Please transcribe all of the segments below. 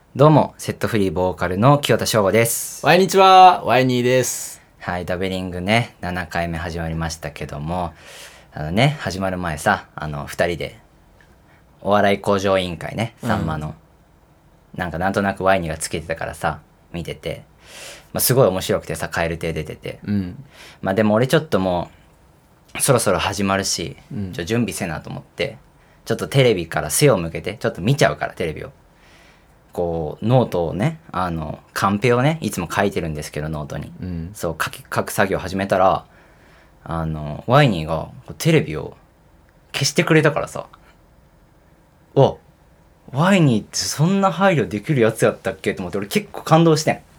どうも、セットフリーボーカルの清田翔吾です。 こんにちは、ワイニーです。 はい、ダベリングね、7回目始まりましたけども、始まる前さ、二人で、お笑い向上委員会ね、さんまの、なんとなくワイニーがつけてたからさ、見てて、すごい面白くてさ、蛙亭出てて。でも俺ちょっともう、そろそろ始まるし、準備せなと思って、ちょっとテレビから背を向けて、ちょっと見ちゃうから、テレビを。こうノートをねカンペをねいつも書いてるんですけどノートに、そう書く作業始めたらワイニーがテレビを消してくれたからさ、ワイニーってそんな配慮できるやつやったっけと思って俺結構感動してん。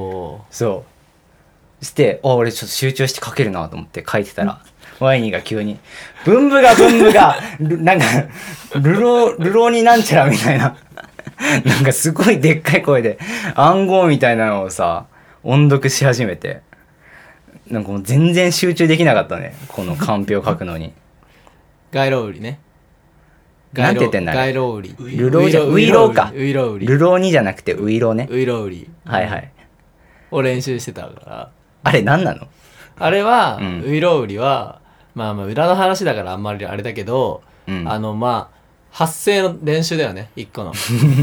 そうして俺ちょっと集中して書けるなと思って書いてたら、ワイニーが急に文部がなんかルローになんちゃらみたいななんかすごいでっかい声で暗号みたいなのをさ音読し始めて、なんかもう全然集中できなかったね、このカンペを書くのに。 街路売りね。 なんて言ってんだ街路売り。 ルローじゃウイローか。 ウイロ売り。 ルローにじゃなくてウイローね。 ウイロ売り。 はいはい。 を練習してたから。 あれ何なの？ あれは、ウイロ売りは裏の話だからあんまりあれだけど、発声の練習だよね、一個の。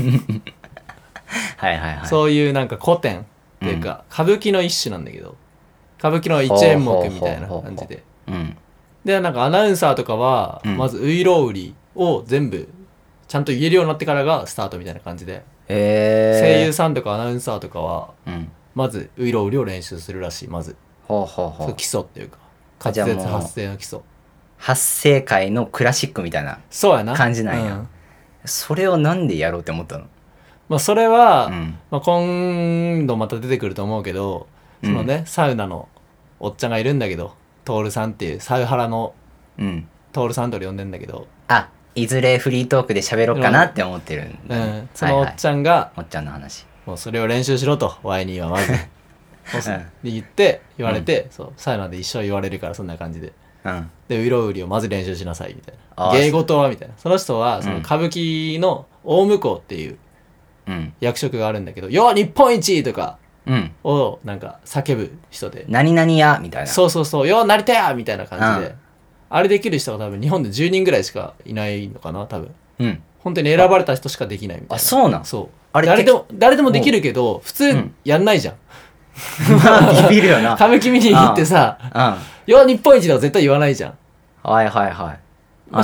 はいはいはい。 そういうなんか古典っていうか、歌舞伎の一種なんだけど、歌舞伎の一演目みたいな感じで。で、なんかアナウンサーとかは、まずウイロ売りを全部ちゃんと言えるようになってからがスタートみたいな感じで、声優さんとかアナウンサーとかは、まずウイロ売りを練習するらしい。まずそう基礎っていうか滑舌発声の基礎、 発声界のクラシックみたいな感じなんや。それをなんでやろうって思ったの？ それは、今度また出てくると思うけど、そのね、サウナのおっちゃんがいるんだけど、トールさんっていうサウハラの、トールさんと呼んでんだけど、 いずれフリートークで喋ろうかなって思ってるんだ、 そのおっちゃんが、 おっちゃんの話、 もうそれを練習しろと、ワイニーはまず言われて、そうサウナで一生言われるから、そんな感じで。でウイロウリをまず練習しなさいみたいな。芸事はみたいな。その人はその歌舞伎の大向こうっていう役職があるんだけど、よ日本一とかをなんか叫ぶ人で、 何々やみたいな。 そうよなりたやみたいな感じで、あれできる人が多分日本で10人ぐらいしかいないのかな、多分。本当に選ばれた人しかできないみたいな。 そうなん？ そう。誰でもできるけど普通やんないじゃん。 ビビるよな。 歌舞伎見に行ってさ、よ日本一だと絶対言わないじゃん。 はいはいはい。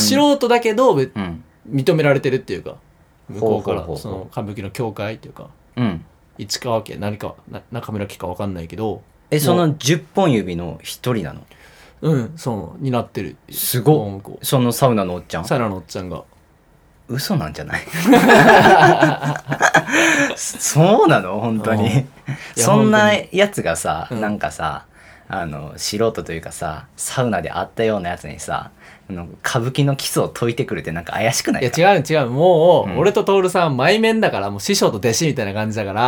素人だけど、認められてるっていうか、向こうからその歌舞伎の協会っていうか、市川家何か中村家か分かんないけど、 その10本指の一人なの？ そうになってるっていう。 すごっ。そのサウナのおっちゃん？ サウナのおっちゃんが。 嘘なんじゃない？そうなの？本当に。そんなやつがさ、なんかさ、素人というかさ、サウナで会ったようなやつにさ、歌舞伎の基礎を解いてくるってなんか怪しくないか？ いや違う、もう、俺と徹さん前面だから、もう師匠と弟子みたいな感じだから、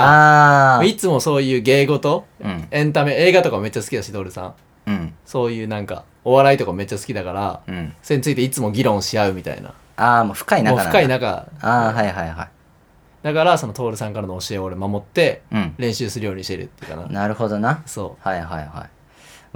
いつもそういう芸事、エンタメ、映画とかめっちゃ好きだし、徹さん。そういうなんか、お笑いとかめっちゃ好きだから、それについていつも議論し合うみたいな。 もう深い仲なんだ。 深い仲。 はいはいはい。 だからその徹さんからの教えを俺守って練習するようにしてるっていうかな。 なるほどな。 そう。 はいはいはい。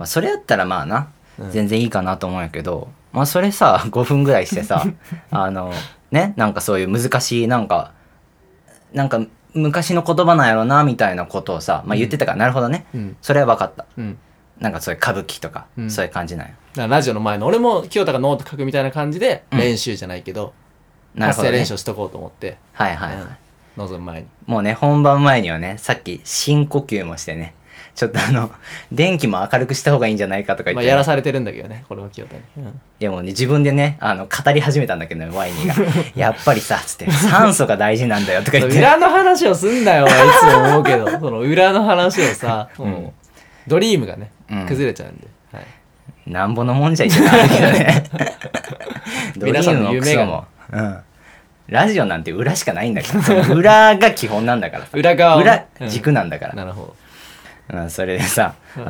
それやったらまあな、全然いいかなと思うんやけど、それさ5分ぐらいしてさね、なんかそういう難しいなんか昔の言葉なんやろなみたいなことをさ、言ってたから、なるほどね、それは分かった。なんかそういう歌舞伎とか、そういう感じなんや。だからラジオの前の俺も清田がノート書くみたいな感じで練習じゃないけど、発声練習しとこうと思って、臨む前にもうね、本番前にはね、さっき深呼吸もしてね、ちょっと電気も明るくした方がいいんじゃないかとか言って、 やらされてるんだけどね、これは清田に。 でもね、自分でね、語り始めたんだけどね、ワイニーがやっぱりさつって酸素が大事なんだよとか言って、 裏の話をすんだよ、いつも思うけど、その裏の話をさ、ドリームがね崩れちゃうんで、 なんぼのもんじゃいってなるけどね。ドリ皆さんームの夢がもクソも、ラジオなんて裏しかないんだから、その裏が基本なんだからさ、 裏側をね、 裏軸なんだから。 なるほそれでさ、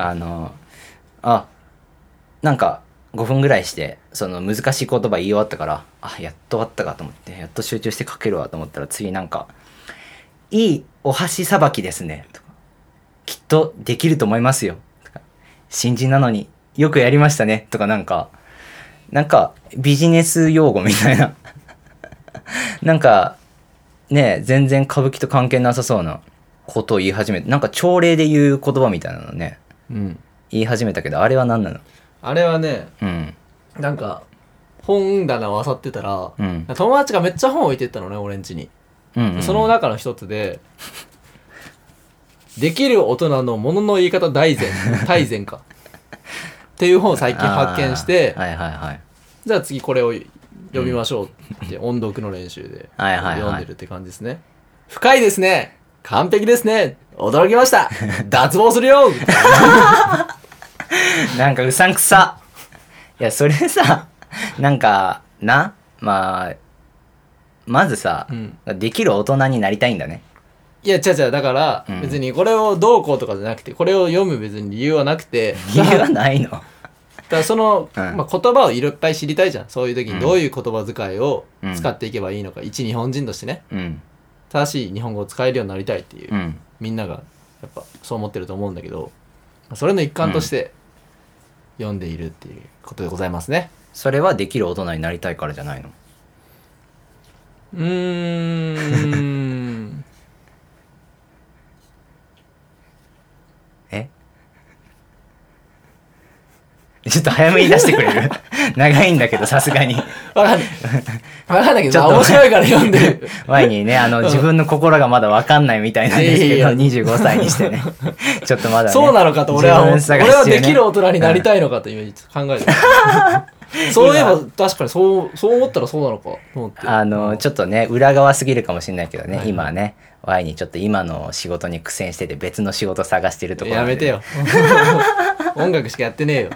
なんか5分ぐらいしてその難しい言葉言い終わったから、やっと終わったかと思って、やっと集中して書けるわと思ったら、次なんかいいお箸さばきですねとか、きっとできると思いますよとか、新人なのによくやりましたねとか、なんかビジネス用語みたいななんかね、全然歌舞伎と関係なさそうなことを言い始めて、なんか朝礼で言う言葉みたいなのね、言い始めたけど、あれは何なの？ あれはね、なんか本棚を漁ってたら、友達がめっちゃ本置いてったのね、俺ん家に。その中の一つでできる大人のものの言い方大全かっていう本を最近発見して、じゃあ次これを読みましょうって音読の練習で読んでるって感じですね。深いですね、完璧ですね、驚きました脱帽するよなんかうさんくさ。いやそれさ、なんかまずさ、できる大人になりたいんだね。 いや違うだから、別にこれをどうこうとかじゃなくて、これを読む別に理由はなくて、 理由はないの？ だからその、言葉をいっぱい知りたいじゃん。そういう時にどういう言葉遣いを使っていけばいいのか、一日本人としてね、正しい日本語を使えるようになりたいっていう、みんながやっぱそう思ってると思うんだけど、それの一環として読んでいるっていうことでございますね。 それはできる大人になりたいからじゃないの？ちょっと早めに出してくれる？長いんだけどさすがに。 わかんないけど、面白いから読んでる。 前にね、自分の心がまだわかんないみたいなんですけど、25歳にしてね。ちょっとまだね。 そうなのかと、俺はできる大人になりたいのかという考えてる。そういえば確かにそう思ったらそうなのかと思って。 ちょっとね、裏側すぎるかもしれないけどね、今ね、Y にちょっと今の仕事に苦戦してて別の仕事探してるところ、 やめてよ。音楽しかやってねえよ。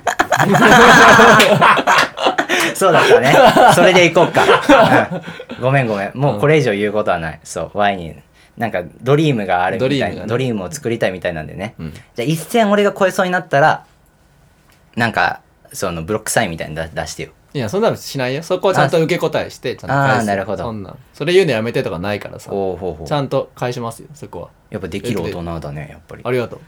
そうだったね。それでいこうか。ごめん。もうこれ以上言うことはない。そう、Y になんかドリームがあるみたいな、ドリームを作りたいみたいなんでね。じゃあ一線俺が超えそうになったら、なんかそのブロックサインみたいに出してよ。 いや、そんなのしないよ。そこはちゃんと受け答えして、ちゃんと返す。 なるほど。 それ言うのやめてとかないからさ。ちゃんと返しますよ、そこは。 やっぱできる大人だね、やっぱり。 ありがとう。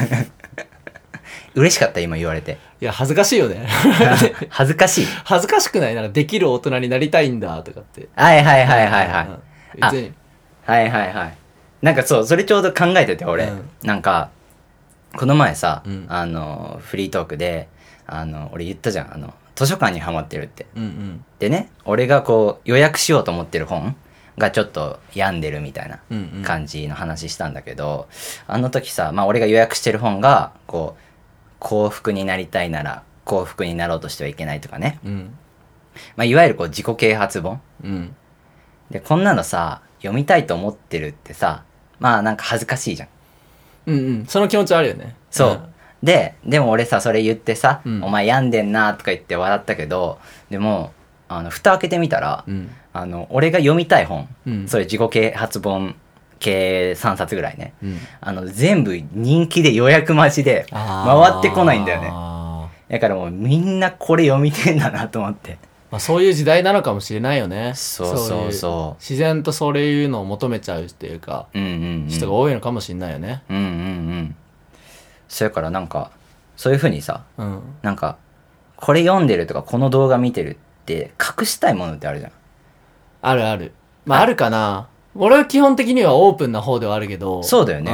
嬉しかった、今言われて。 いや、恥ずかしいよね。 恥ずかしい？ 恥ずかしくない？なんかできる大人になりたいんだとかって。 はい。 別に。 はい。なんかそう、それちょうど考えてて、俺。なんか、この前さ、フリートークで、俺言ったじゃん、図書館にハマってるって。でね、俺がこう予約しようと思ってる本がちょっと病んでるみたいな感じの話したんだけど、あの時さ、俺が予約してる本がこう幸福になりたいなら幸福になろうとしてはいけないとかね、いわゆるこう自己啓発本、でこんなのさ読みたいと思ってるってさ、なんか恥ずかしいじゃん。 その気持ちあるよね。 そう、でも俺さそれ言ってさ、お前病んでんなとか言って笑ったけど、でも蓋開けてみたら、俺が読みたい本、それ自己啓発本計3冊ぐらいね、全部人気で予約待ちで回ってこないんだよね。だからもうみんなこれ読みてんだなと思って、 そういう時代なのかもしれないよね。 そう自然とそういうのを求めちゃうっていうか、人が多いのかもしれないよね。 それからなんかそういう風にさ、なんかこれ読んでるとかこの動画見てるって隠したいものってあるじゃん。 ある。あるかな。俺は基本的にはオープンな方ではあるけど。 そうだよね。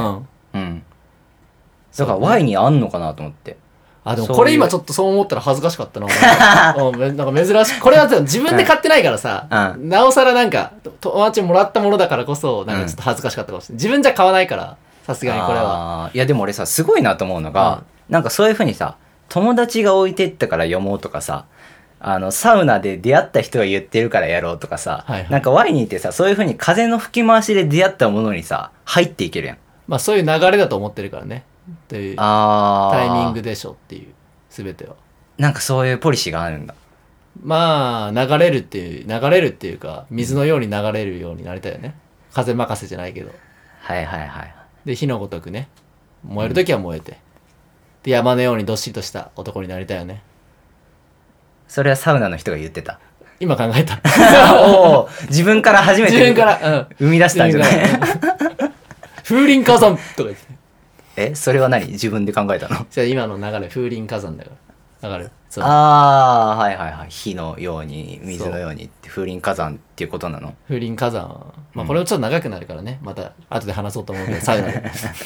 だから Y にあんのかなと思って。 でもこれ今ちょっとそう思ったら恥ずかしかったな。なんか珍しい。これは自分で買ってないからさ、なおさらなんか友達にもらったものだからこそなんかちょっと恥ずかしかったかもしれない。自分じゃ買わないからさすがにこれは。 いやでも俺さすごいなと思うのが、なんかそういう風にさ友達が置いてったから読もうとかさ、サウナで出会った人が言ってるからやろうとかさ、なんか Y にいてさそういう風に風の吹き回しで出会ったものにさ入っていけるやん。 そういう流れだと思ってるからね。というタイミングでしょっていう、全てはなんかそういうポリシーがあるんだ。 流れるっていうか水のように流れるようになりたいよね。風任せじゃないけど。で火のごとくね、燃えるときは燃えて、で山のようにどっしりとした男になりたいよね。 それはサウナの人が言ってた？ 今考えた。 自分から初めて生み出したんじゃない？ 風林火山とか言ってそれは何自分で考えたの？ じゃあ今の流れ風林火山だからわかる？そうああはいはいはい、火のように水のようにって風林火山っていうことなの？ 風林火山、まあこれもちょっと長くなるからね、また後で話そうと思うけど最後で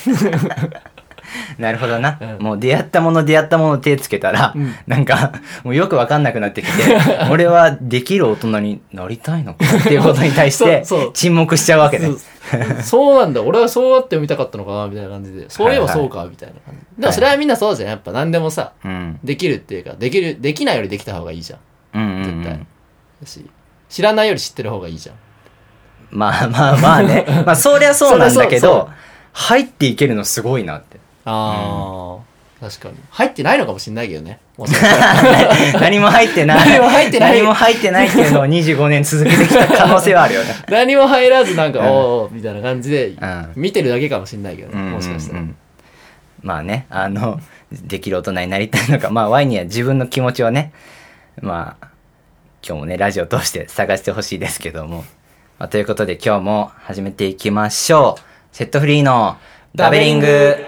なるほどな、もう出会ったもの手つけたら、なんかもうよく分かんなくなってきて俺はできる大人になりたいのかっていうことに対して沈黙しちゃうわけね。 そうなんだ、俺はそうやってみたかったのかなみたいな感じで、そういえばそうかみたいな感じ、でもそれはみんなそうじゃん、やっぱ何でもさ、できるっていうかできないよりできた方がいいじゃん、絶対だし、知らないより知ってる方がいいじゃん。 まあねまあそりゃそうなんだけど入っていけるのすごいなって。 確かに入ってないのかもしれないけどね何も入ってないっていうのを25年続けてきた可能性はあるよね何も入らずなんか、おーみたいな感じで見てるだけかもしれないけどね、もしかしたら、 まあねできる大人になりたいのか、まあワイには自分の気持ちをね、まあ今日もねラジオを通して探してほしいですけども、ということで今日も始めていきましょう。セットフリーのダベリング。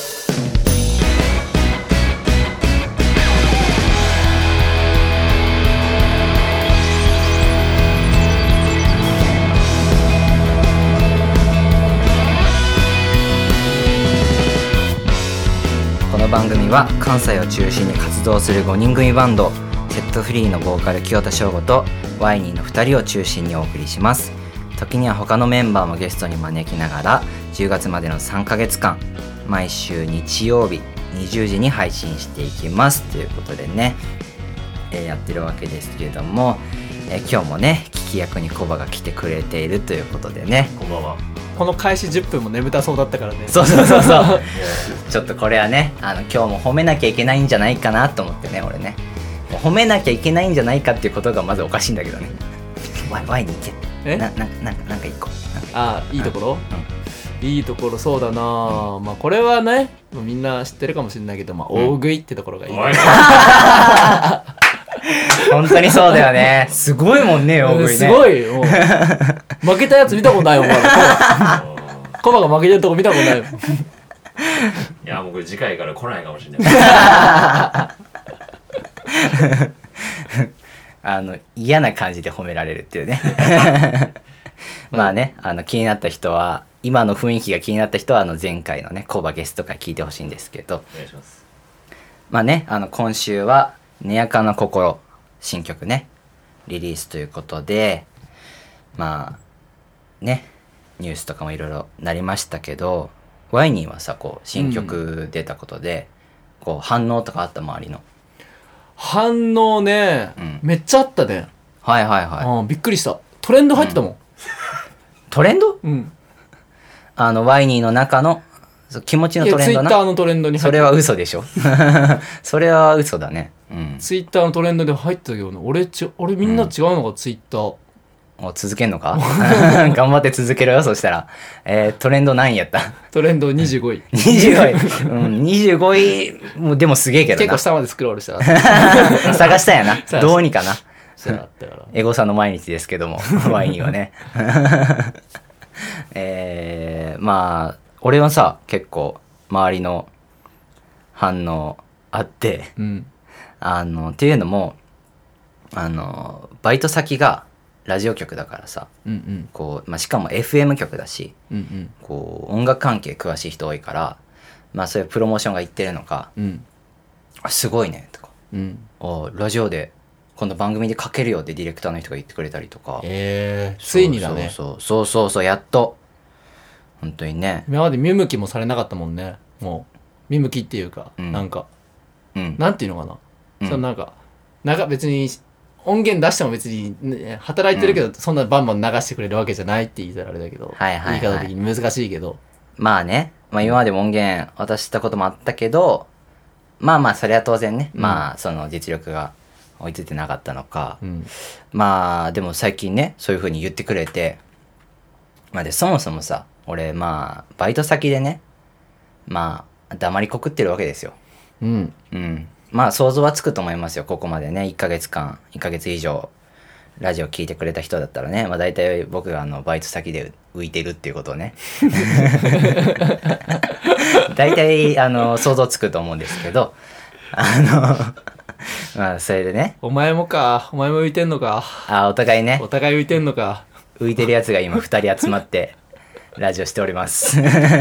この番組は関西を中心に活動する5人組バンドセットフリーのボーカル清田翔吾とワイニーの2人を中心にお送りします。時には他のメンバーもゲストに招きながら10月までの3ヶ月間毎週日曜日20時に配信していきますということでね、やってるわけですけれども、今日もね聞き役にコバが来てくれているということでね。 こんばんは。この開始10分も眠たそうだったからね。 そうちょっとこれはね今日も褒めなきゃいけないんじゃないかなと思ってね、俺ね褒めなきゃいけないんじゃないかっていうことがまずおかしいんだけどね。ワイに行けなんか一個いいところ、いいところそうだな、まあこれはねみんな知ってるかもしれないけど、まあ大食いってところがいい、 本当にそうだよね。すごいもんね大食いね。 すごい負けたやつ見たことないよお前コバが負けてるとこ見たことないよいやもうこれ次回から来ないかもしれない嫌な感じで褒められるっていうねまあね気になった人は、今の雰囲気が気になった人は前回のねコバゲストから聞いてほしいんですけど、 お願いします。 まあね今週はネヤカの心新曲ねリリースということで、まあねニュースとかもいろいろなりましたけど、ワイニーはさこう新曲出たことで、こう反応とかあった？周りの反応ね、めっちゃあったね。 はいびっくりした。トレンド入ってたもん、 トレンド？ワイニーの中の気持ちのトレンドな。 ツイッターのトレンドに入ってた。 それは嘘でしょそれは嘘だね。 ツイッターのトレンドで入ってたけどね、俺みんな違うのか、ツイッター続けんのか頑張って続けろよ。そしたら、トレンド何位やった？ トレンド25位 25位、25位もでもすげえけどな。 結構下までスクロールした探したんやなどうにかな。エゴサの毎日ですけどもワインはねまあ俺はさ結構周りの反応あって、っていうのもバイト先がラジオ局だからさ、こうしかも FM 局だし、こう音楽関係詳しい人多いから、そういうプロモーションが言ってるのか、すごいねとか、ラジオで今度番組でかけるよってディレクターの人が言ってくれたりとか、 ついにだね。 そうやっと本当にね。 今まで見向きもされなかったもんね。もう見向きっていうか、なんか、なんていうのかな、そのなんか別に音源出しても別に、ね、働いてるけど、そんなバンバン流してくれるわけじゃないって言いたらあれだけど、言い方的に難しいけど、 まあね、今までも音源渡したこともあったけど、それは当然ね、その実力が追いついてなかったのか、でも最近ねそういう風に言ってくれて、でそもそもさ俺バイト先でね黙りこくってるわけですよ。想像はつくと思いますよ。ここまでね1ヶ月以上ラジオ聞いてくれた人だったらね、まあ大体僕がバイト先で浮いてるっていうことをね大体想像つくと思うんですけど、まあそれでね、 お前も浮いてんのか。 お互いね、 お互い浮いてんのか。 浮いてるやつが今2人集まってラジオしております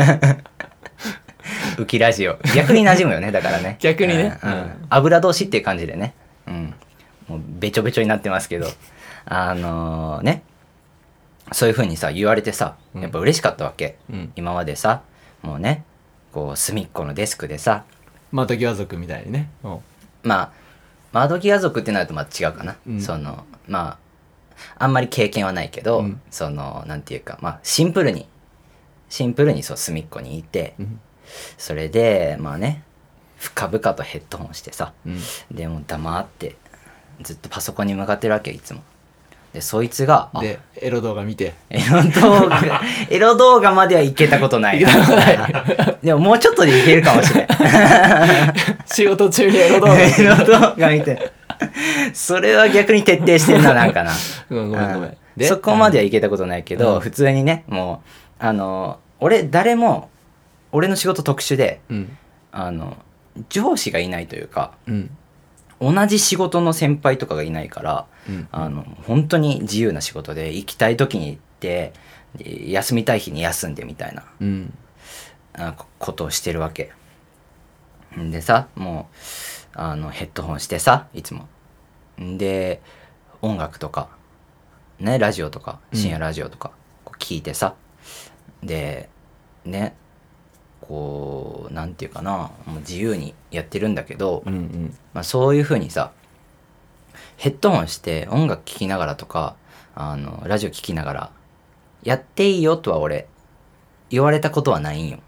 浮きラジオ、逆に馴染むよね、だからね、 逆にね、 油通しっていう感じでね、もうべちょべちょになってますけど、ね、そういう風にさ言われてさ、やっぱ嬉しかったわけ、今までさ、もうね、こう隅っこのデスクでさ、 窓際族みたいにね、 まあ窓際族ってなるとまあ違うかな、まああんまり経験はないけど、なんていうか、まあシンプルにそう隅っこにいて、それでまあね、深々とヘッドホンしてさ、でもう黙ってずっとパソコンに向かってるわけよ、いつも。でそいつがでエロ動画見て、 エロ動画まではいけたことないでももうちょっとでいけるかもしれん仕事中にエロ動画見てそれは逆に徹底してんな、なんかなごめんそこまではいけたことないけど、普通にね、もう俺の仕事特殊で、上司がいないというか、同じ仕事の先輩とかがいないから、本当に自由な仕事で、行きたい時に行って休みたい日に休んでみたいな、ことをしてるわけでさ、もうヘッドホンしてさ、いつもで音楽とかね、ラジオとか深夜ラジオとか聞いてさ、でね、こうなんていうかな、もう自由にやってるんだけど、まあ、そういう風にさヘッドホンして音楽聴きながらとかラジオ聴きながらやっていいよとは俺言われたことはないんよ。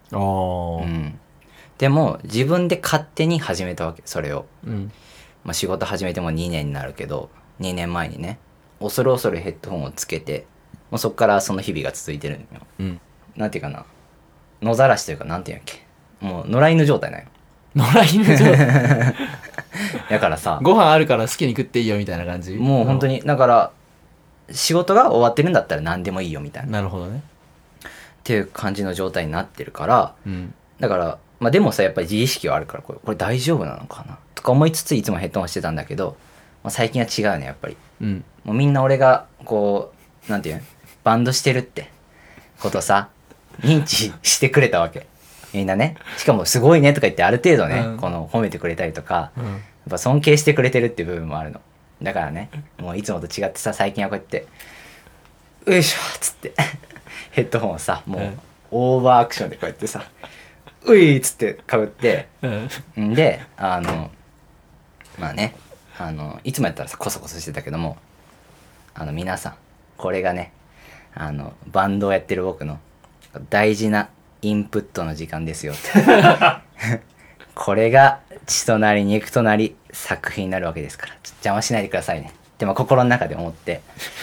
でも自分で勝手に始めたわけ、それを。まあ、仕事始めても2年になるけど、2年前にね、恐る恐るヘッドホンをつけて、もうそっからその日々が続いてるんよ。なんていうかな、野ざらしというか、なんていうんやっけ、もう野良犬状態なんよ。 野良犬状態だからさ、 ご飯あるから好きに食っていいよみたいな感じ。 もう本当に、だから仕事が終わってるんだったら何でもいいよみたいな。 なるほどね。 っていう感じの状態になってるから、だからまあでもさ、やっぱり自意識はあるから、これ大丈夫なのかなとか思いつついつもヘッドホンしてたんだけど、まあ、最近は違うね、やっぱり。もうみんな俺がこうなんていうの、バンドしてるってことさ認知してくれたわけ、みんなね。しかもすごいねとか言って、ある程度ね、この褒めてくれたりとか、やっぱ尊敬してくれてるっていう部分もあるの。だからね、もういつもと違ってさ、最近はこうやってよいしょっつってヘッドホンをさ、もうオーバーアクションでこうやってさ、ういっつってかぶって、でまあね、いつもやったらさコソコソしてたけども、皆さん、これがね、バンドをやってる僕の大事なインプットの時間ですよってこれが血となり肉となり作品になるわけですから、邪魔しないでくださいねって、心の中で思って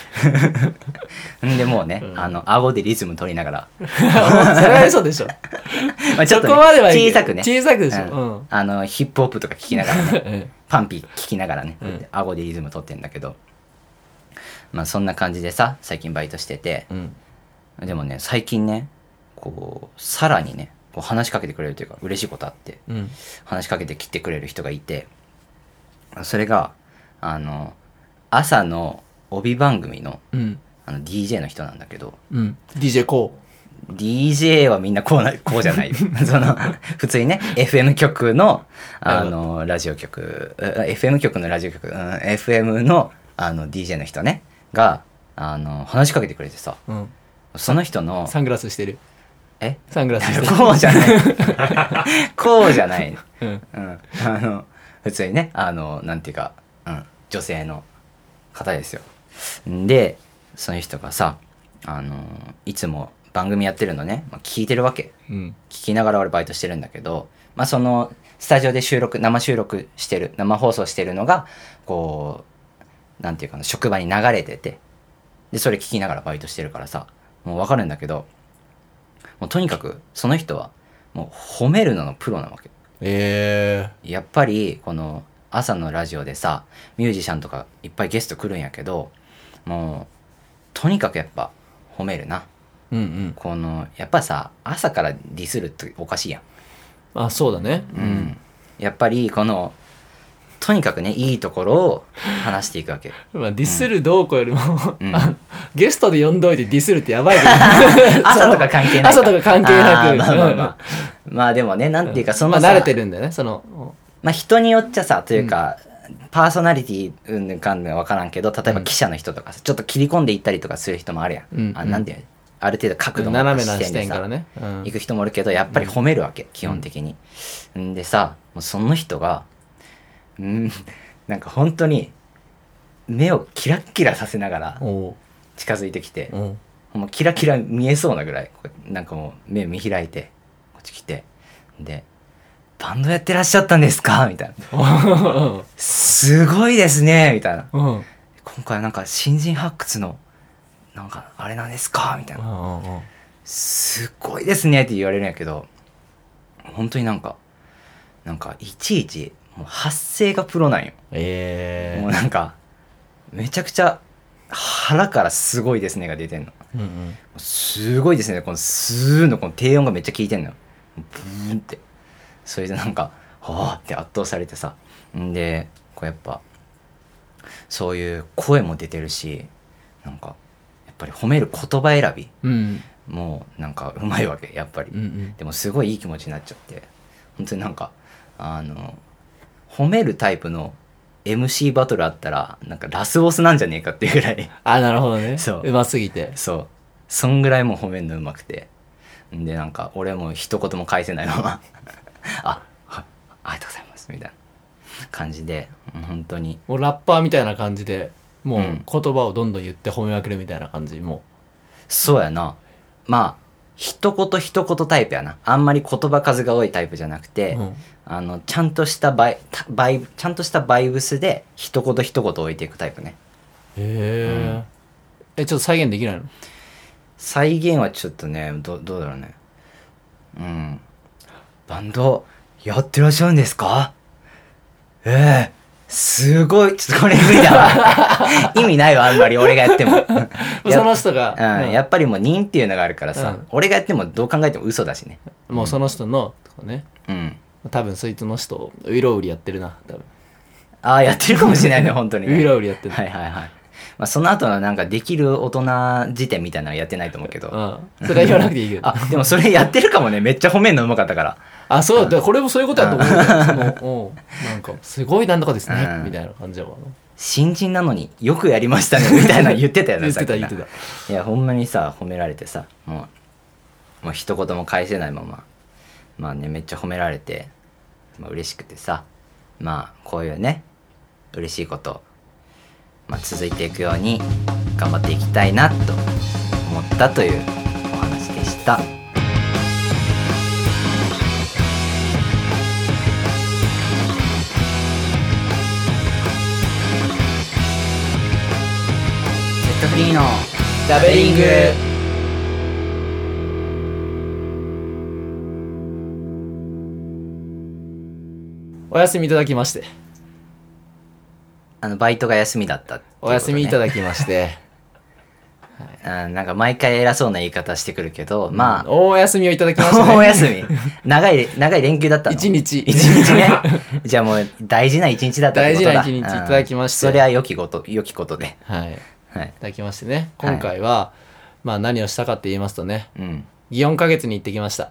でもうね、顎でリズム取りながらそれは嘘でしょまあちょっと、ね、 そこまでは小さくね、 小さくでしょ、 ヒップホップとか聞きながらねパンピー聞きながらね、顎でリズム取ってんだけど、まあそんな感じでさ、最近バイトしてて、でもね、最近ね、こうさらにね、こう話しかけてくれるというか、嬉しいことあって、話しかけてきてくれる人がいて、それが朝の帯番組の、DJ の人なんだけど、 DJ コー DJ はみんなこうじゃないよ普通にね FM 局のラジオ局、FM 局のラジオ局、FM のDJ の人ねが話しかけてくれてさ、その人のサングラスしてる。サングラスしてる。 こうじゃないこうじゃない、普通にね、なんていうか、女性の方ですよ。でその人がさ、いつも番組やってるのね、聞いてるわけ、聞きながら俺バイトしてるんだけど、そのスタジオで生収録してる、生放送してるのがこうなんていうかな、職場に流れてて、でそれ聞きながらバイトしてるからさ、もう分かるんだけど、もうとにかくその人はもう褒めるののプロなわけ。やっぱりこの朝のラジオでさミュージシャンとかいっぱいゲスト来るんやけど、もうとにかくやっぱ褒めるな。 うんうん。 このやっぱさ朝からディスるっておかしいやん。 あ、そうだね。 うん、やっぱりこのとにかくねいいところを話していくわけ。 まあ、ディスるどうこうよりも、 うん、 ゲストで呼んどいてディスるってやばいけど朝とか関係ないか。 朝とか関係なく。 まあまあまあ、まあでもねなんていうかそのさ、 まあ、慣れてるんだよねその。 まあ人によっちゃさというか、パーソナリティうんぬんかんぬん分からんけど、例えば記者の人とかさちょっと切り込んでいったりとかする人もあるやん。なんていうのある程度角度の斜めな視視点でさ点からね、 行く人もいるけど、やっぱり褒めるわけ、基本的に。んでさもうその人がなんか本当に目をキラッキラさせながら近づいてきて、もうキラキラ見えそうなぐらいなんかもう目見開いてこっち来て、でバンドやってらっしゃったんですかみたいなすごいですねみたいな、今回なんか新人発掘のなんかあれなんですかみたいな、すごいですねって言われるんやけど、本当になんかいちいちもう発声がプロなんよ。もうなんかめちゃくちゃ腹からすごいですねが出てんの。すごいですね、このスーのこの低音がめっちゃ効いてんのよ。ブーンって。それでなんかはあって圧倒されてさ、んでこうやっぱそういう声も出てるし、なんかやっぱり褒める言葉選び、もうなんかうまいわけやっぱり、でもすごいいい気持ちになっちゃって、本当になんか褒めるタイプの MC バトルあったらなんかラスボスなんじゃねえかっていうぐらいあ、なるほどね。 そううますぎて。 そうそんぐらいもう褒めるのうまくて、でなんか俺も一言も返せないままありがとうございますみたいな感じで、本当にもうラッパーみたいな感じでもう言葉をどんどん言って褒めまくるみたいな感じ。もうそうやな。まあ一言一言タイプやな。あんまり言葉数が多いタイプじゃなくて、ちゃんとしたバイブスで一言一言置いていくタイプね。 へえ、ちょっと再現できないの？ 再現はちょっとね、どうだろうね。バンドやってらっしゃるんですか？すごい。ちょっとこれ無理だわ意味ないわ、あんまり俺がやってもその人が、 やっぱりもう認っていうのがあるからさ、俺がやってもどう考えても嘘だしね。 もうその人のね、多分そいつの人ウイロウリやってるな、多分。 ああ、やってるかもしれないね本当にね。 ウイロウリやってる。 はいはいはい。まあその後のなんかできる大人辞典みたいなのやってないと思うけど、 それは言わなくていいけどでもそれやってるかもね。めっちゃ褒めんのうまかったから。 あ、そうだ、これもそういうことやと思うよ。なんかすごいなんとかですね、みたいな感じだわ。 新人なのによくやりましたねみたいな言ってたよね。 言ってた。いやほんまにさ褒められてさ、もう一言も返せないままあね、めっちゃ褒められて、嬉しくてさ、こういうね嬉しいこと、続いていくように頑張っていきたいなと思ったというお話でした。フリーのダベリング。お休みいただきまして、 バイトが休みだったっていうことね。 お休みいただきましてなんか毎回偉そうな言い方してくるけど、 大休みをいただきましたね。 大休み長い連休だったの。 一日ねじゃあもう大事な一日だったってことだ。 大事な一日いただきまして、 それは良きことで、 いただきましてね、今回は、何をしたかって言いますとね、祇園花月に行ってきました。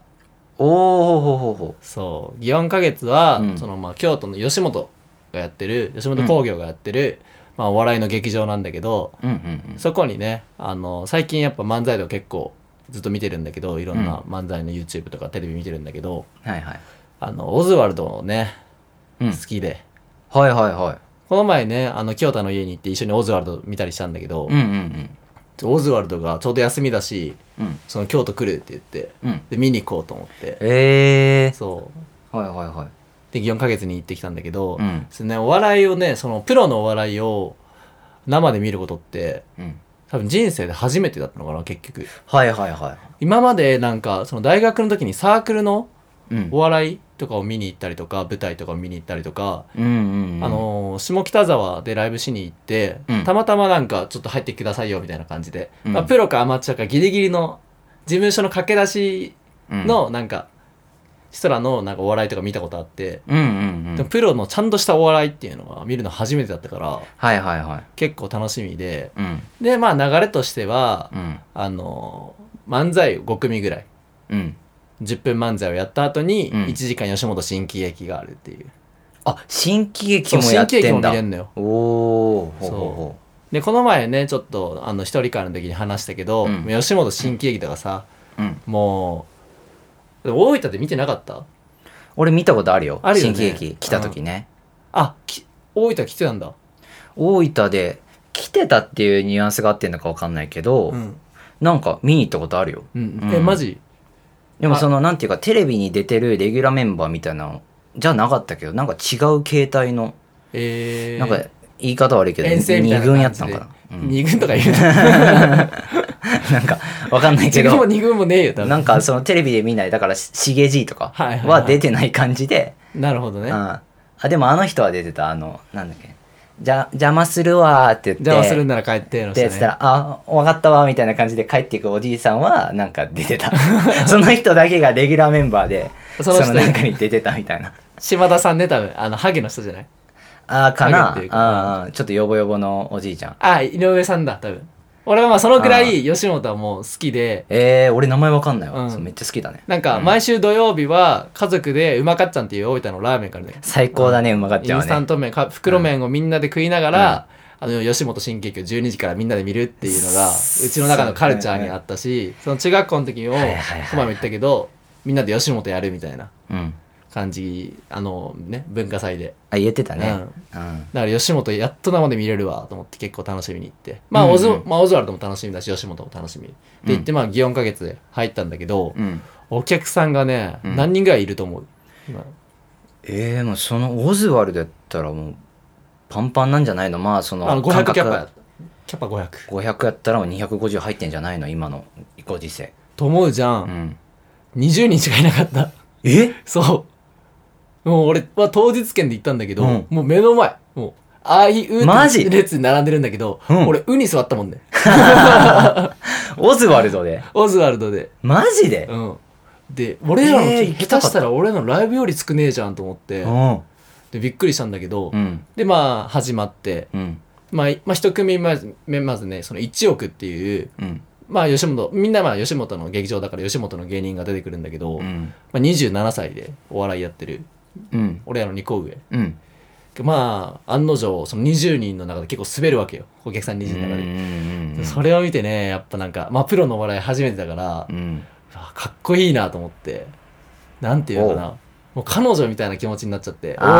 そう祇園花月は、京都の吉本興業がやってる、お笑いの劇場なんだけど、そこにね、最近やっぱ漫才を結構ずっと見てるんだけど、いろんな漫才の YouTube とかテレビ見てるんだけど、オズワルドをね、好きで、この前ね、清田の家に行って一緒にオズワルド見たりしたんだけど、オズワルドがちょうど休みだし、その京都来るって言って、で見に行こうと思って、そうで祇園花月に行ってきたんだけど、お笑いをね、そのプロのお笑いを生で見ることって、多分人生で初めてだったのかな、結局。今までなんかその大学の時にサークルのお笑いとかを見に行ったりとか舞台とかを見に行ったりとか、 うんうん下北沢でライブしに行って、たまたまなんかちょっと入ってくださいよみたいな感じで、プロかアマチュアかギリギリの事務所の駆け出しのなんか人らのなんかお笑いとか見たことあって、でもプロのちゃんとしたお笑いっていうのは見るの初めてだったから、 はいはいはい、 結構楽しみで、でまあ流れとしては、漫才5組ぐらい、10分漫才をやった後に1時間吉本新喜劇があるっていう。 あ、新喜劇もやってんだ。新喜劇も見れんのよ。おー、 そうでこの前ねちょっと一人会の時に話したけど、吉本新喜劇とかさ、もう大分で見てなかった？ 俺見たことあるよ。 あるよね、 新喜劇来た時ね。 大分来てたんだ。 大分で来てたっていうニュアンスがあってんのか分かんないけど、なんか見に行ったことあるよ。 マジ？ でもなんていうかテレビに出てるレギュラーメンバーみたいなのじゃなかったけど、なんか違う形態の、なんか言い方悪いけど2軍やったのかな、 2軍とか言うななんかわかんないけど 1軍も2軍もねえよ多分。 なんかそのテレビで見ないだからしげじいとかは出てない感じでなるほどね。 でもあの人は出てた。なんだっけ、邪魔するわーって言って、 邪魔するんなら帰っての人ね。で、つったら、分かったわみたいな感じで帰っていくおじいさんはなんか出てた。その人だけがレギュラーメンバーで、その中に出てたみたいな。 島田さんね、多分ハゲの人じゃない？ かな。ちょっとヨボヨボのおじいちゃん。 井上さんだ多分。俺はまあそのくらい吉本はもう好きで。 俺名前わかんないわ。めっちゃ好きだね。 なんか毎週土曜日は家族でうまかっちゃんっていう大分のラーメンからね。 最高だね、うまかっちゃんはね。 インスタント麺、袋麺をみんなで食いながら、吉本新喜劇を12時からみんなで見るっていうのがうちの中のカルチャーにあったし、その中学校の時をこの前も言ったけど、みんなで吉本やるみたいな感じ、文化祭で言ってたね。 だから吉本やっと生で見れるわと思って結構楽しみに行って、オズワルドも楽しみだし吉本も楽しみで行って、祇園花月で入ったんだけど、お客さんがね、何人ぐらいいると思う？ 今もうそのオズワルドやったらもうパンパンなんじゃないの？まあその 500キャパ500 やったらもう250入ってんじゃないの今のご時世と思うじゃん。20人しかいなかった。そう、もう俺は当日券で行ったんだけど、もう目の前もうあいうって列に並んでるんだけど、俺ウニ座ったもんね。 オズワルドでマジで？ で俺らの下手したら俺らのライブより少ねえじゃんと思って、でびっくりしたんだけど、でまあ始まって、まあ一組まずねその1億っていう、まあみんな吉本の劇場だから吉本の芸人が出てくるんだけど、27歳でお笑いやってる、俺らの2個上、まあ案の定その20人の中で結構滑るわけよ、お客さん20人の中で。それを見てね、やっぱなんかプロのお笑い初めてだから、かっこいいなと思って、なんていうかな、もう彼女みたいな気持ちになっちゃって、応援するっていう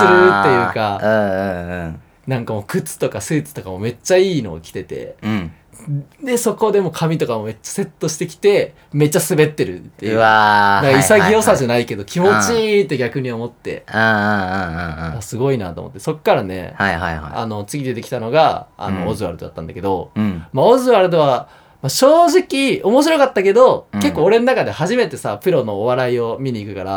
か、なんかもう靴とかスーツとかもめっちゃいいのを着てて、でそこでも髪とかもめっちゃセットしてきてめっちゃ滑ってるっていう、だから潔さじゃないけど気持ちいいって逆に思って、すごいなと思って、そっからね、次出てきたのがオズワルドだったんだけど、オズワルドは正直面白かったけど、結構俺の中で初めてさプロのお笑いを見に行くから、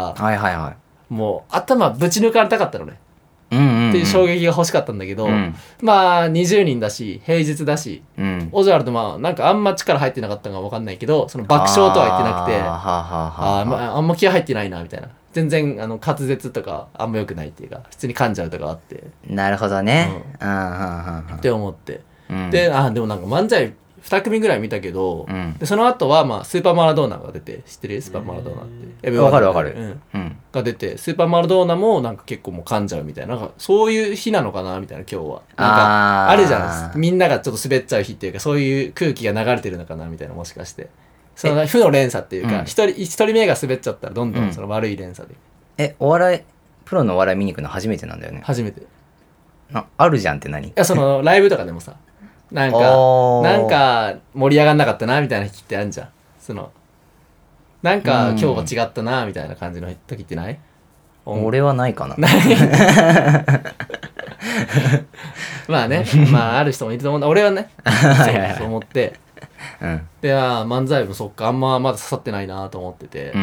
もう頭ぶち抜かれたかったのね、っていう衝撃が欲しかったんだけど、まあ20人だし平日だし、オズワルドなんかあんま力入ってなかったのか分かんないけど、その爆笑とは言ってなくて、あんま気合入ってないなみたいな、全然滑舌とかあんま良くないっていうか普通に噛んじゃうとかあって、 なるほどね、 って思って、ででもなんか漫才2組ぐらい見たけど、でその後はスーパーマラドーナが出て、知ってる？スーパーマラドーナってわかるわかる、 が出て、スーパーマラドーナもなんか結構もう噛んじゃうみたいな、なんかそういう日なのかなみたいな、今日はなんかあれじゃないですか、みんながちょっと滑っちゃう日っていうか、そういう空気が流れてるのかなみたいな、もしかしてその負の連鎖っていうか、一人目が滑っちゃったらどんどんその悪い連鎖で、 お笑いプロのお笑い見に行くの初めてなんだよね。 初めて。 あるじゃんって何？いやそのライブとかでもさ、なんか盛り上がんなかったなみたいな日ってあるじゃん。そのなんか今日は違ったなみたいな感じの時ってない？ 俺はないかな。 まあね、ある人もいると思うんだ。俺はね、そう思って、で漫才もそっか、あんままだ刺さってないなと思ってて、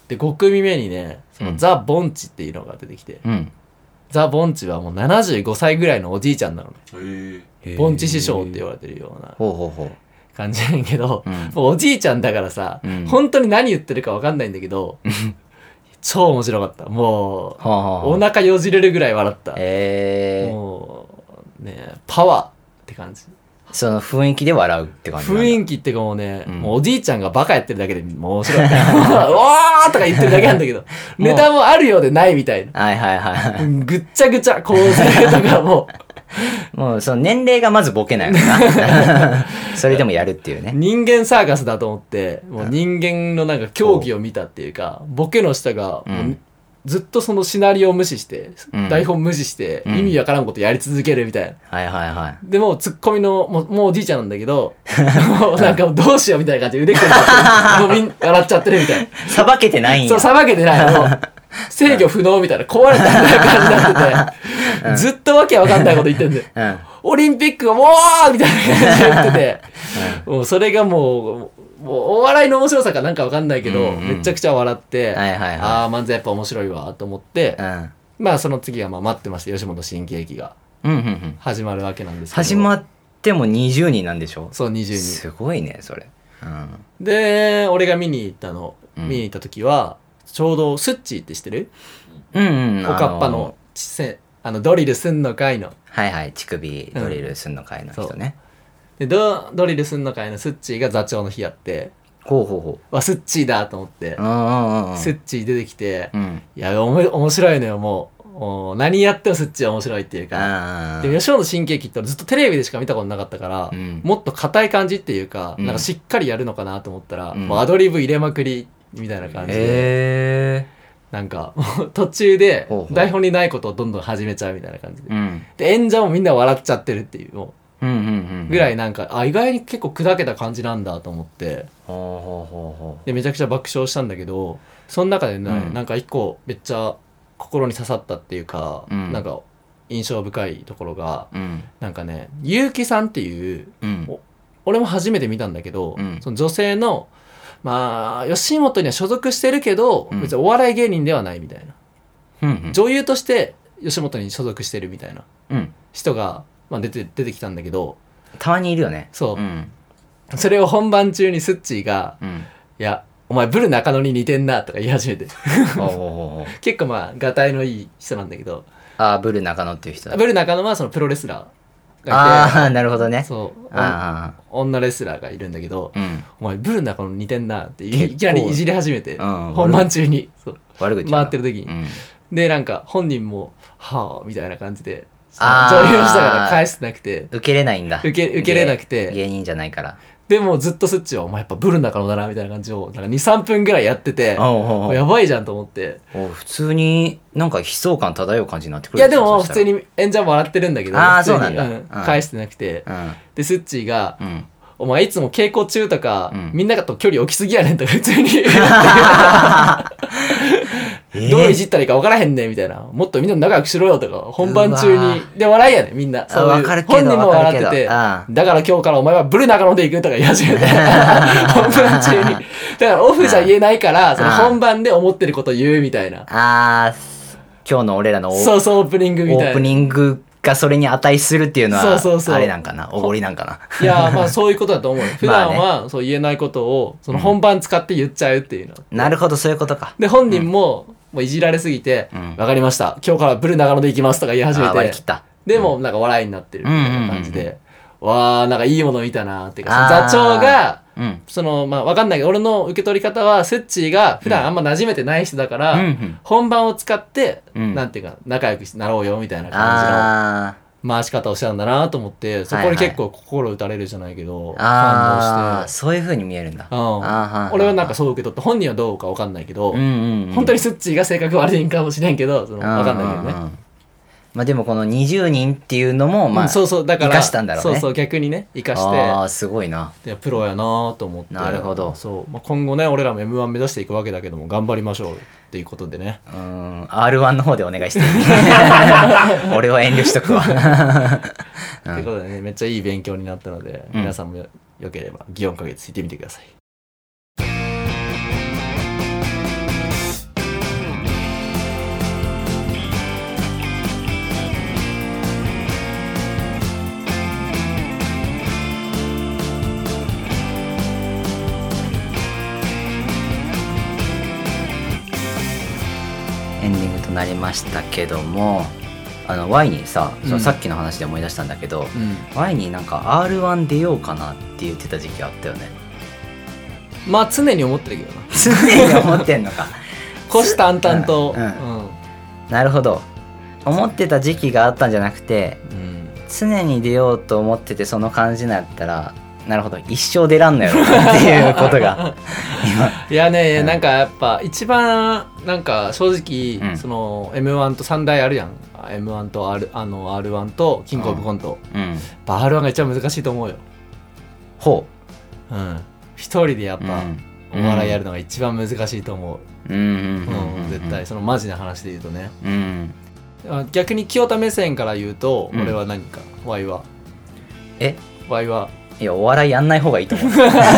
で5組目にねその、ザ・ボンチっていうのが出てきて、ザ・ボンチはもう75歳ぐらいのおじいちゃんなのね。ボンチ師匠って言われてるような感じなんやけど、もうおじいちゃんだからさ、本当に何言ってるか分かんないんだけど超面白かった。もうお腹よじれるぐらい笑った。もうねパワーって感じ。 その雰囲気で笑うって感じなんだ。 雰囲気ってかもうね、もうおじいちゃんがバカやってるだけでもう面白い。うわーとか言ってるだけなんだけど、ネタもあるようでないみたいな。 はいはいはい。 ぐっちゃぐちゃ構成とかももうその年齢がまずボケないもんな。それでもやるっていうね。 人間サーカスだと思って、もう人間のなんか競技を見たっていうか、ボケの人がもうずっとそのシナリオを無視して、台本無視して、意味わからんことやり続けるみたいな。 はいはいはい。 でもツッコミのもうおじいちゃんなんだけど、もうなんかどうしようみたいな感じで腕組んじゃって、もうみんな笑っちゃってるみたいな。 さばけてないんや。 そう、さばけてないの。制御不能みたいな、壊れたみたいな感じになってて、ずっとわけわかんないこと言ってんで、オリンピックがもうみたいな感じで言ってて、もうそれがもうお笑いの面白さかなんかわかんないけど、めちゃくちゃ笑って、ああ、漫才やっぱ面白いわと思って、まあその次はまあ待ってました、吉本新喜劇が始まるわけなんですけど。 始まっても20人なんでしょ？ そう、20人。 すごいね、それ。 で、俺が見に行った時は、ちょうどスッチーって知ってる？おかっぱのドリルすんの会の。 はいはい、乳首ドリルすんの会の人ね。 でドリルすんの会のスッチーが座長の日やって、スッチーだと思って、スッチー出てきて、いや面白いのよ。もう何やってもスッチーは面白いっていうか、で吉本新喜劇ってずっとテレビでしか見たことなかったから、もっと硬い感じっていうか、なんかしっかりやるのかなと思ったら、もうアドリブ入れまくりみたいな感じで、なんか途中で台本にないことをどんどん始めちゃうみたいな感じで、で演者もみんな笑っちゃってるっていう、もうぐらいなんか意外に結構砕けた感じなんだと思って、でめちゃくちゃ爆笑したんだけど、その中でね、なんか一個めっちゃ心に刺さったっていうか、なんか印象深いところが、なんかね、結城さんっていう、俺も初めて見たんだけど、その女性のまあ吉本には所属してるけど、別にお笑い芸人ではないみたいな、女優として吉本に所属してるみたいな人が、まあ、出てきたんだけど、 たまにいるよね。 そう、それを本番中にスッチーが、いやお前ブル中野に似てんなとか言い始めて結構まあがたいのいい人なんだけど、 ブル中野っていう人だ。 ブル中野はそのプロレスラーなるほどね。 そう女レスラーがいるんだけど、お前ブル中野似てんなっていきなりいじり始めて、本番中に悪口回ってる時に、でなんか本人もはあみたいな感じで女優の人だから返してなくて、 受けれないんだ。 受けれなくて、 芸人じゃないから。 でもずっとスッチはお前やっぱブル中野だなみたいな感じをなんか 2,3 分ぐらいやってて、やばいじゃんと思って、 普通になんか悲壮感漂う感じになってくる。 いやでも普通に演者も笑ってるんだけど、 そうなんだ、 返してなくて、でスッチーが、お前いつも稽古中とか、みんなと距離置きすぎやねんとか普通にどういじったらいいか分からへんねんみたいな、もっとみんな仲良くしろよとか、本番中にで笑いやねんみんな、そういう本人も笑ってて、だから今日からお前はブル中野で行くとか言い始めて本番中に、だからオフじゃ言えないから、その本番で思ってること言うみたいな、 今日の俺らのそうオープニングみたいな、 オープニングがそれに値するっていうのはあれなんかな、おごりなんかな。 いやまあそういうことだと思うよ。普段はそう言えないことをその本番使って言っちゃうっていうの、 なるほど、そういうことか。 で本人ももういじられすぎて、わかりました今日からブル長野で行きますとか言い始めて、 割り切った。 でもなんか笑いになってるみたいな感じで、わーなんかいいもの見たなーっていうか、座長がそのまあわかんないけど、俺の受け取り方はスッチーが普段あんま馴染めてない人だから、本番を使ってなんていうか仲良くなろうよみたいな感じの回し方をしたんだなと思って、そこに結構心打たれるじゃないけど、 感動して、そういう風に見えるんだ。 俺はなんかそう受け取って、本人はどうか分かんないけど、本当にスッチーが性格悪いんかもしれんけど、分かんないけどね。 まあでもこの20人っていうのもまあ生かしたんだろうね。 そう逆にね生かして、 すごいな。 プロやなと思って。 なるほど。 そう、まあ、今後ね俺らも M1 目指していくわけだけども、頑張りましょうっていうことでね。 R1 の方でお願いして俺は遠慮しとくわ。 ということでね、めっちゃいい勉強になったので、皆さんもよければ祇園花月行ってみてください。 エンディングとなりましたけども、ワイにさ、そのさっきの話で思い出したんだけど、ワイになんか R1 出ようかなって言ってた時期あったよね。 まあ常に思ってるけどな。 常に思ってんのか。 虎視眈々と、 なるほど。思ってた時期があったんじゃなくて、常に出ようと思っててその感じなんやったら、なるほど、一生出らんのやろなっていうことが今いやね、なんかやっぱ一番なんか正直、その M1 と3大あるやん。M1 と R1 とキングオブコント、R1 が一番難しいと思うよ。 ほう。一人でやっぱお笑いやるのが一番難しいと思う。絶対そのマジな話で言うとね。逆に清田目線から言うと、俺は何かワイはワイはいや、お笑いやんない方がいいと思う。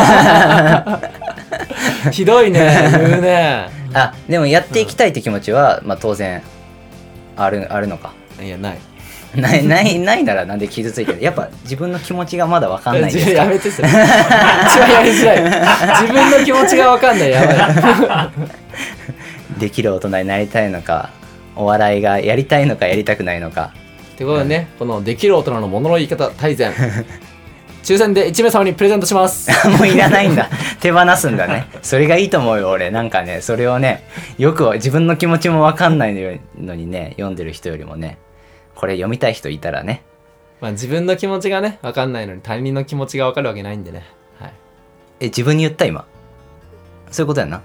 ひどいね、言うね。 あ、でもやっていきたいって気持ちは、まあ当然あるのか。 いや、ないならなんで傷ついてる。やっぱ自分の気持ちがまだ分かんないですか。 やめてそれ。一番やりづらい。自分の気持ちが分かんない。やばい。できる大人になりたいのか、お笑いがやりたいのかやりたくないのか。 ってことでね、このできる大人のものの言い方大全。抽選で1名様にプレゼントします。 もういらないんだ。手放すんだね。それがいいと思うよ、俺。なんかね、それをね、よく自分の気持ちも分かんないのにね、読んでる人よりもね、これ読みたい人いたらね。 まあ自分の気持ちがね、分かんないのに他人の気持ちが分かるわけないんでね。はい。 自分に言った今。そういうことやな。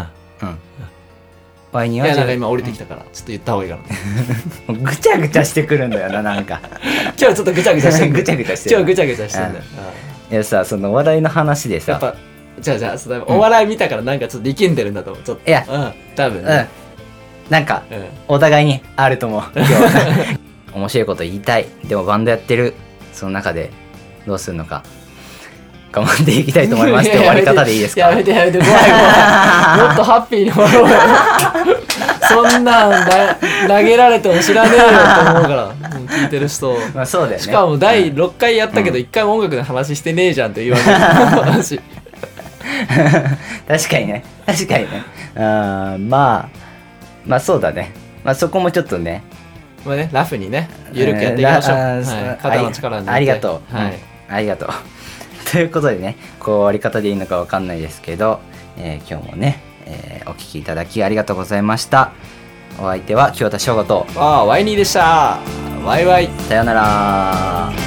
ワイには。 いや、なんか今降りてきたから、ちょっと言った方がいいかな。ぐちゃぐちゃしてくるんだよな、なんか。 今日ちょっとぐちゃぐちゃしてる。 ぐちゃぐちゃしてる。 今日ぐちゃぐちゃしてるんだよ。 いやさ、その笑いの話でさ。 やっぱ、じゃあ、お笑い見たからなんかちょっと力んでるんだと思う。ちょっと。 いや、 多分。 なんか、お互いにあると思う。今日は。面白いこと言いたい。でもバンドやってる。その中でどうするのか。頑張っていきたいと思いますって終わり方でいいですか。 やめて怖い。もっとハッピーに終わろうよ。そんなん投げられても知らねえよと思うから聞いてる人。 まあそうだよね。 しかも第6回やったけど1回も音楽の話してねえじゃんって言われる話。 確かにね。まあそうだね。まあそこもちょっとね。 まあね、ラフにね、ゆるくやっていきましょう。肩の力に。 ありがとう。ありがとう。ということでね、こう終わり方でいいのかわかんないですけど、今日もね、お聞きいただきありがとうございました。お相手は清田翔吾とワイニーでした。バイバイ。 さようなら。